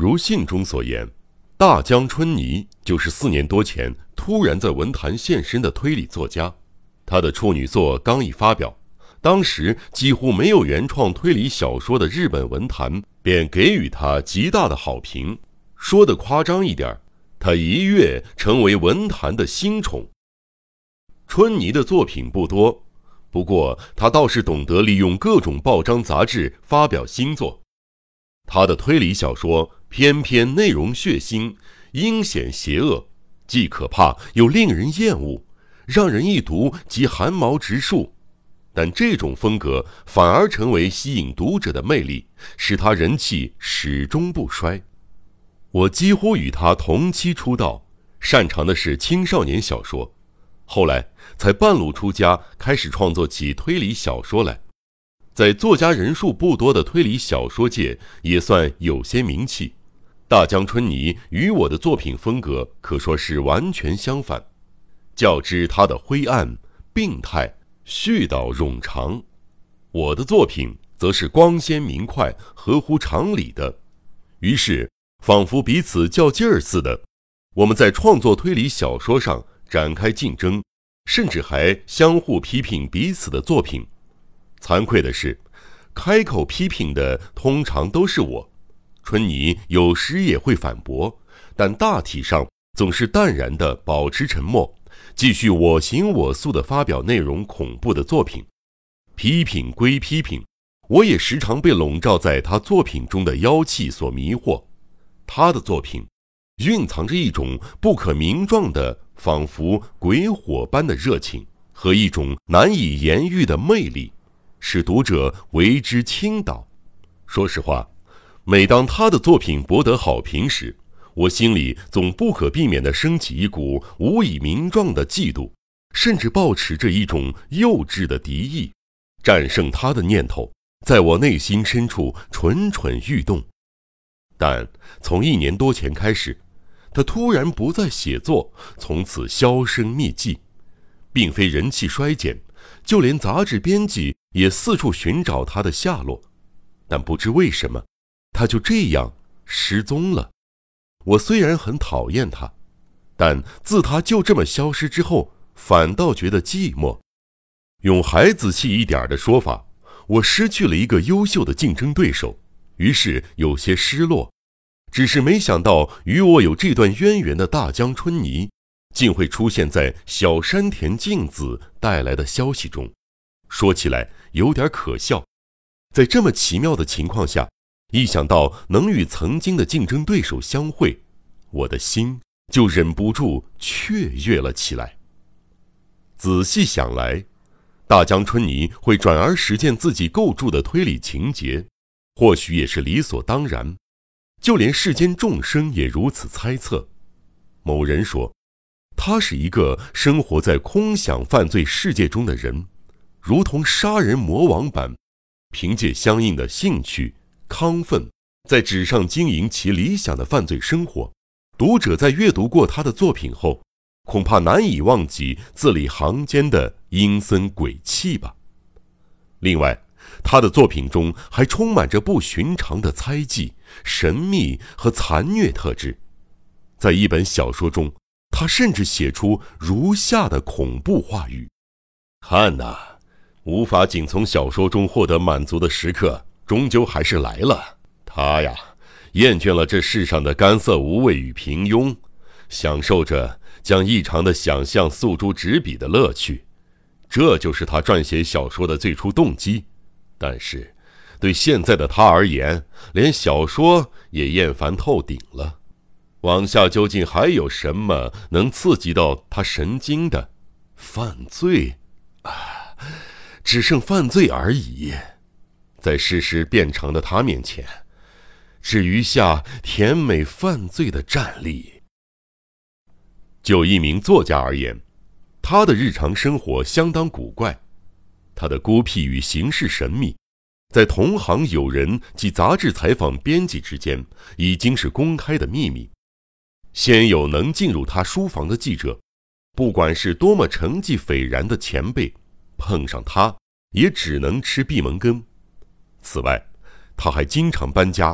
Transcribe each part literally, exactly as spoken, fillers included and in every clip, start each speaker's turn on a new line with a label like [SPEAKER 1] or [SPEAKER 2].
[SPEAKER 1] 如信中所言，大江春泥就是四年多前突然在文坛现身的推理作家。他的处女作刚一发表，当时几乎没有原创推理小说的日本文坛便给予他极大的好评。说得夸张一点，他一跃成为文坛的新宠。春泥的作品不多，不过他倒是懂得利用各种报章杂志发表新作。他的推理小说偏偏内容血腥、阴险邪恶，既可怕又令人厌恶，让人一读即寒毛直竖。但这种风格反而成为吸引读者的魅力，使他人气始终不衰。我几乎与他同期出道，擅长的是青少年小说，后来才半路出家，开始创作起推理小说来。在作家人数不多的推理小说界也算有些名气。大江春泥与我的作品风格可说是完全相反，较之他的灰暗、病态、絮叨冗长，我的作品则是光鲜明快、合乎常理的。于是仿佛彼此较劲儿似的，我们在创作推理小说上展开竞争，甚至还相互批评彼此的作品。惭愧的是，开口批评的通常都是我，春泥有时也会反驳，但大体上总是淡然地保持沉默，继续我行我素地发表内容恐怖的作品。批评归批评，我也时常被笼罩在他作品中的妖气所迷惑。他的作品蕴藏着一种不可名状的，仿佛鬼火般的热情和一种难以言喻的魅力，使读者为之倾倒。说实话，每当他的作品博得好评时，我心里总不可避免地升起一股无以名状的嫉妒，甚至抱持着一种幼稚的敌意。战胜他的念头在我内心深处蠢蠢欲动。但从一年多前开始，他突然不再写作，从此销声匿迹。并非人气衰减，就连杂志编辑也四处寻找他的下落，但不知为什么，他就这样失踪了。我虽然很讨厌他，但自他就这么消失之后，反倒觉得寂寞。用孩子气一点的说法，我失去了一个优秀的竞争对手，于是有些失落。只是没想到与我有这段渊源的大江春泥竟会出现在小山田静子带来的消息中，说起来有点可笑。在这么奇妙的情况下，一想到能与曾经的竞争对手相会，我的心就忍不住雀跃了起来。仔细想来，大江春泥会转而实践自己构筑的推理情节，或许也是理所当然，就连世间众生也如此猜测。某人说，他是一个生活在空想犯罪世界中的人，如同杀人魔王般，凭借相应的兴趣、亢奋，在纸上经营其理想的犯罪生活。读者在阅读过他的作品后，恐怕难以忘记字里行间的阴森鬼气吧。另外，他的作品中还充满着不寻常的猜忌、神秘和残虐特质。在一本小说中，他甚至写出如下的恐怖话语：看呐，无法仅从小说中获得满足的时刻，终究还是来了。他呀，厌倦了这世上的干涩无味与平庸，享受着将异常的想象诉诸纸笔的乐趣。这就是他撰写小说的最初动机。但是，对现在的他而言，连小说也厌烦透顶了。往下究竟还有什么能刺激到他神经的？犯罪啊，只剩犯罪而已。在事实变成的他面前，只余下甜美犯罪的战力。就一名作家而言，他的日常生活相当古怪，他的孤僻与行事神秘，在同行友人及杂志采访编辑之间已经是公开的秘密。鲜有能进入他书房的记者，不管是多么成绩斐然的前辈，碰上他也只能吃闭门羹。此外，他还经常搬家，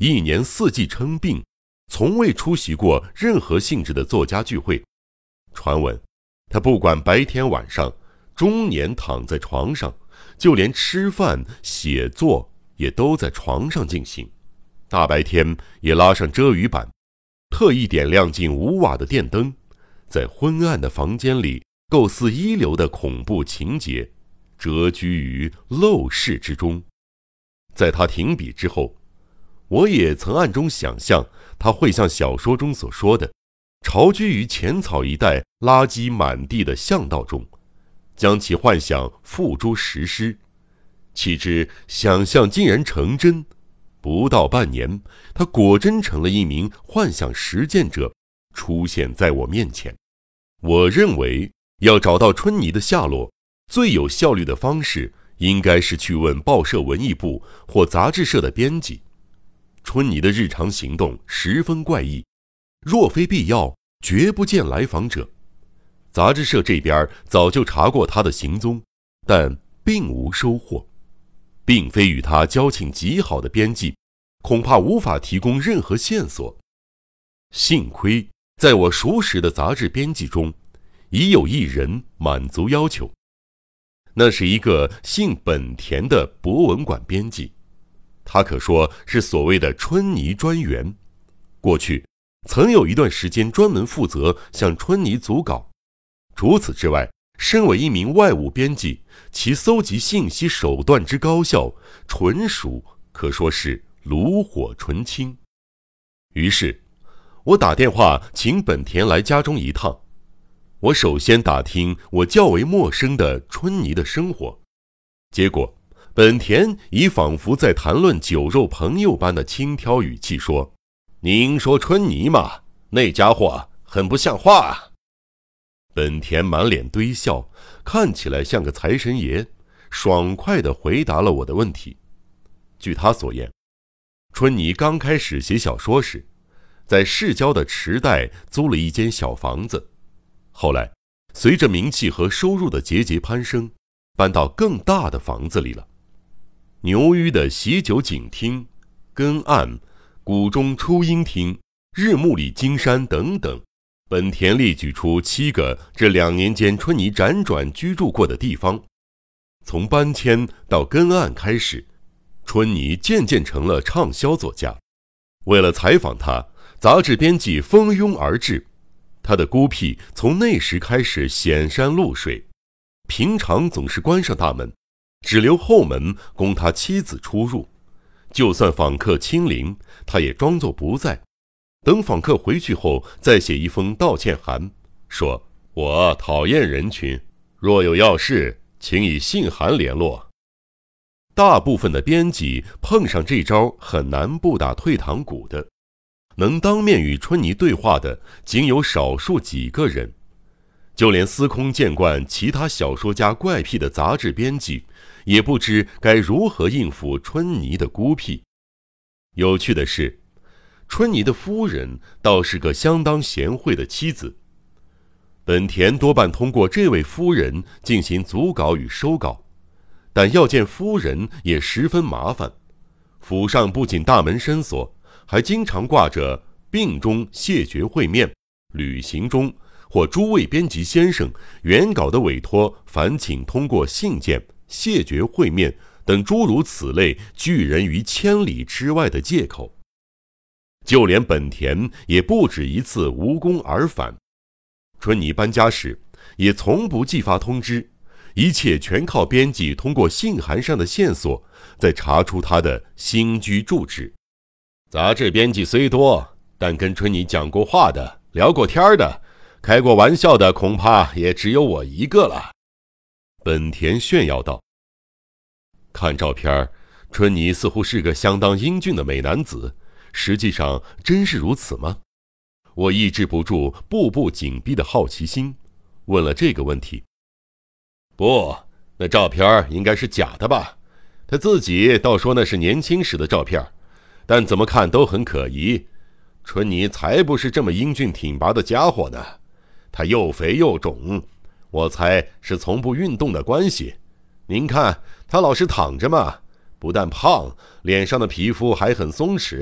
[SPEAKER 1] 一年四季称病，从未出席过任何性质的作家聚会。传闻他不管白天晚上，终年躺在床上，就连吃饭写作也都在床上进行，大白天也拉上遮雨板，特意点亮近五瓦的电灯，在昏暗的房间里构思一流的恐怖情节，谪居于陋室之中。在他停笔之后，我也曾暗中想象他会像小说中所说的，巢居于浅草一带垃圾满地的巷道中，将其幻想付诸实施。岂知想象竟然成真，不到半年，他果真成了一名幻想实践者，出现在我面前。我认为要找到春妮的下落，最有效率的方式应该是去问报社文艺部或杂志社的编辑。春妮的日常行动十分怪异，若非必要，绝不见来访者。杂志社这边早就查过他的行踪，但并无收获。并非与他交情极好的编辑，恐怕无法提供任何线索。幸亏在我熟识的杂志编辑中，已有一人满足要求。那是一个姓本田的博文馆编辑，他可说是所谓的春妮专员，过去曾有一段时间专门负责向春妮组稿。除此之外，身为一名外务编辑，其搜集信息手段之高效，纯属可说是炉火纯青。于是我打电话请本田来家中一趟。我首先打听我较为陌生的春妮的生活，结果本田以仿佛在谈论酒肉朋友般的轻佻语气说：“您说春妮嘛，那家伙很不像话啊。”本田满脸堆笑，看起来像个财神爷，爽快地回答了我的问题。据他所言，春妮刚开始写小说时，在市郊的池袋租了一间小房子，后来随着名气和收入的节节攀升，搬到更大的房子里了。牛鱼的喜酒景厅、根岸、谷中初音厅、日暮里金山等等，本田列举出七个这两年间春妮辗转居住过的地方。从搬迁到根岸开始，春妮渐渐成了畅销作家。为了采访她，杂志编辑蜂拥而至，她的孤僻从那时开始显山露水。平常总是关上大门，只留后门供他妻子出入。就算访客亲临，他也装作不在。等访客回去后，再写一封道歉函，说：“我讨厌人群，若有要事，请以信函联络。”大部分的编辑碰上这招很难不打退堂鼓的。能当面与春妮对话的，仅有少数几个人。就连司空见惯其他小说家怪癖的杂志编辑，也不知该如何应付春妮的孤僻。有趣的是，春妮的夫人倒是个相当贤惠的妻子。本田多半通过这位夫人进行组稿与收稿，但要见夫人也十分麻烦。府上不仅大门深锁，还经常挂着病中谢绝会面，旅行中或诸位编辑先生原稿的委托，烦请通过信件谢绝会面等诸如此类拒人于千里之外的借口。就连本田也不止一次无功而返。春妮搬家时也从不寄发通知，一切全靠编辑通过信函上的线索再查出他的新居住址。杂志编辑虽多，但跟春妮讲过话的、聊过天的、开过玩笑的，恐怕也只有我一个了。本田炫耀道。看照片，春妮似乎是个相当英俊的美男子，实际上真是如此吗？我抑制不住步步紧逼的好奇心，问了这个问题。不，那照片应该是假的吧？他自己倒说那是年轻时的照片，但怎么看都很可疑。春妮才不是这么英俊挺拔的家伙呢，他又肥又肿，我猜是从不运动的关系。您看他老是躺着嘛，不但胖，脸上的皮肤还很松弛，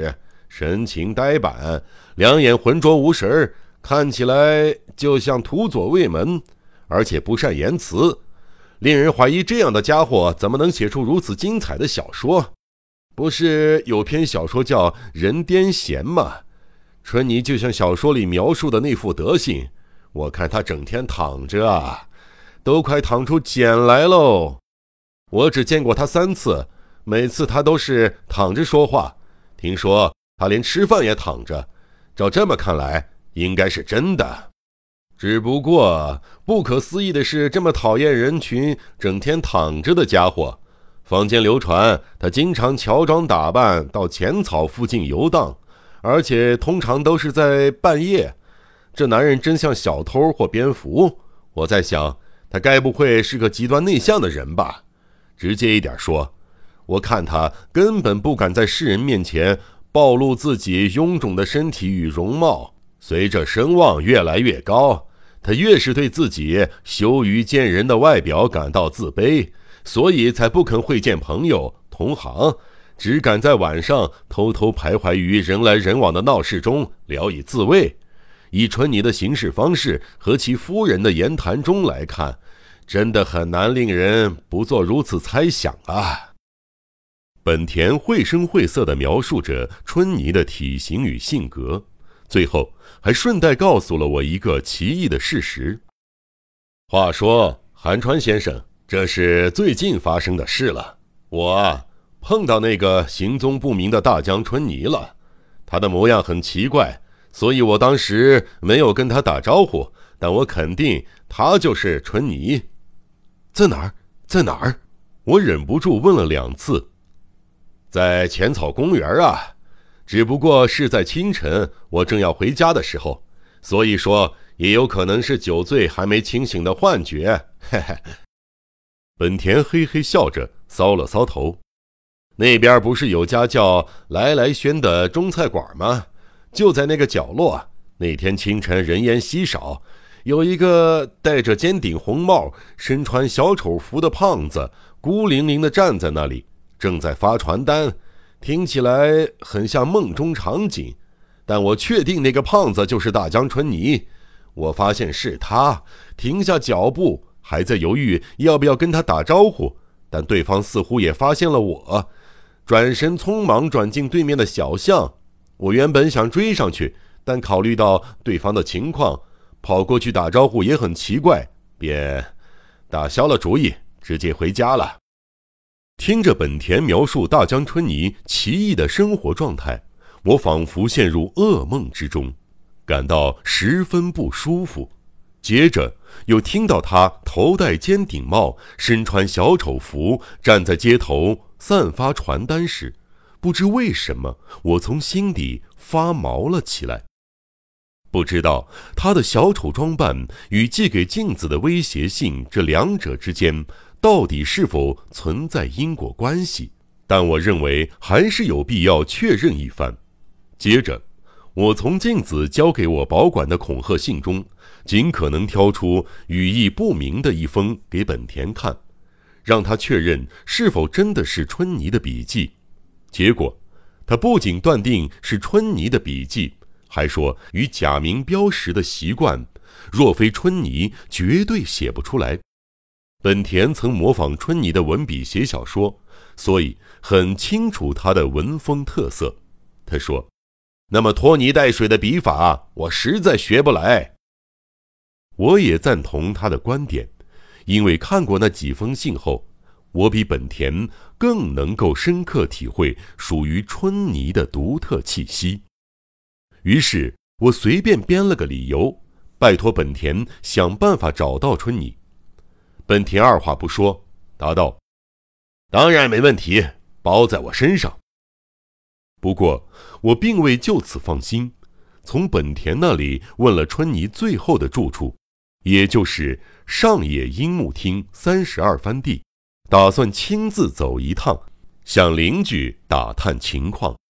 [SPEAKER 1] 神情呆板，两眼浑浊无神，看起来就像土佐卫门，而且不善言辞，令人怀疑这样的家伙怎么能写出如此精彩的小说。不是有篇小说叫《人癫痫》吗？春妮就像小说里描述的那副德行，我看他整天躺着啊，都快躺出茧来喽。我只见过他三次，每次他都是躺着说话，听说他连吃饭也躺着，照这么看来应该是真的。只不过不可思议的是，这么讨厌人群整天躺着的家伙，坊间流传他经常乔装打扮到浅草附近游荡，而且通常都是在半夜。这男人真像小偷或蝙蝠。我在想，他该不会是个极端内向的人吧？直接一点说，我看他根本不敢在世人面前暴露自己臃肿的身体与容貌。随着声望越来越高，他越是对自己羞于见人的外表感到自卑，所以才不肯会见朋友同行，只敢在晚上偷偷徘徊于人来人往的闹市中聊以自慰。以春妮的行事方式和其夫人的言谈中来看，真的很难令人不做如此猜想啊。本田绘声绘色地描述着春妮的体型与性格，最后还顺带告诉了我一个奇异的事实。话说，韩川先生，这是最近发生的事了。我啊，碰到那个行踪不明的大江春妮了。她的模样很奇怪，所以我当时没有跟她打招呼，但我肯定她就是春妮。在哪儿？在哪儿？我忍不住问了两次。在浅草公园啊，只不过是在清晨，我正要回家的时候，所以说也有可能是酒醉还没清醒的幻觉。嘿嘿。本田嘿嘿笑着搔了搔头。那边不是有家叫来来轩的中菜馆吗？就在那个角落。那天清晨人烟稀少，有一个戴着尖顶红帽、身穿小丑服的胖子，孤零零地站在那里，正在发传单，听起来很像梦中场景。但我确定那个胖子就是大江春妮。我发现是他，停下脚步，还在犹豫要不要跟他打招呼，但对方似乎也发现了我，转身匆忙转进对面的小巷。我原本想追上去，但考虑到对方的情况，跑过去打招呼也很奇怪，便打消了主意，直接回家了。听着本田描述大江春妮奇异的生活状态，我仿佛陷入噩梦之中，感到十分不舒服。接着又听到他头戴尖顶帽，身穿小丑服，站在街头散发传单时，不知为什么我从心底发毛了起来。不知道他的小丑装扮与寄给镜子的威胁信这两者之间到底是否存在因果关系，但我认为还是有必要确认一番。接着我从镜子交给我保管的恐吓信中尽可能挑出语义不明的一封给本田看，让他确认是否真的是春妮的笔记。结果他不仅断定是春妮的笔记，还说与假名标识的习惯，若非春妮绝对写不出来。本田曾模仿春妮的文笔写小说，所以很清楚她的文风特色。他说，那么拖泥带水的笔法我实在学不来。我也赞同他的观点，因为看过那几封信后，我比本田更能够深刻体会属于春妮的独特气息。于是我随便编了个理由，拜托本田想办法找到春妮。本田二话不说答道，当然没问题，包在我身上。不过我并未就此放心，从本田那里问了春妮最后的住处，也就是上野樱木町三十二番地，打算亲自走一趟，向邻居打探情况。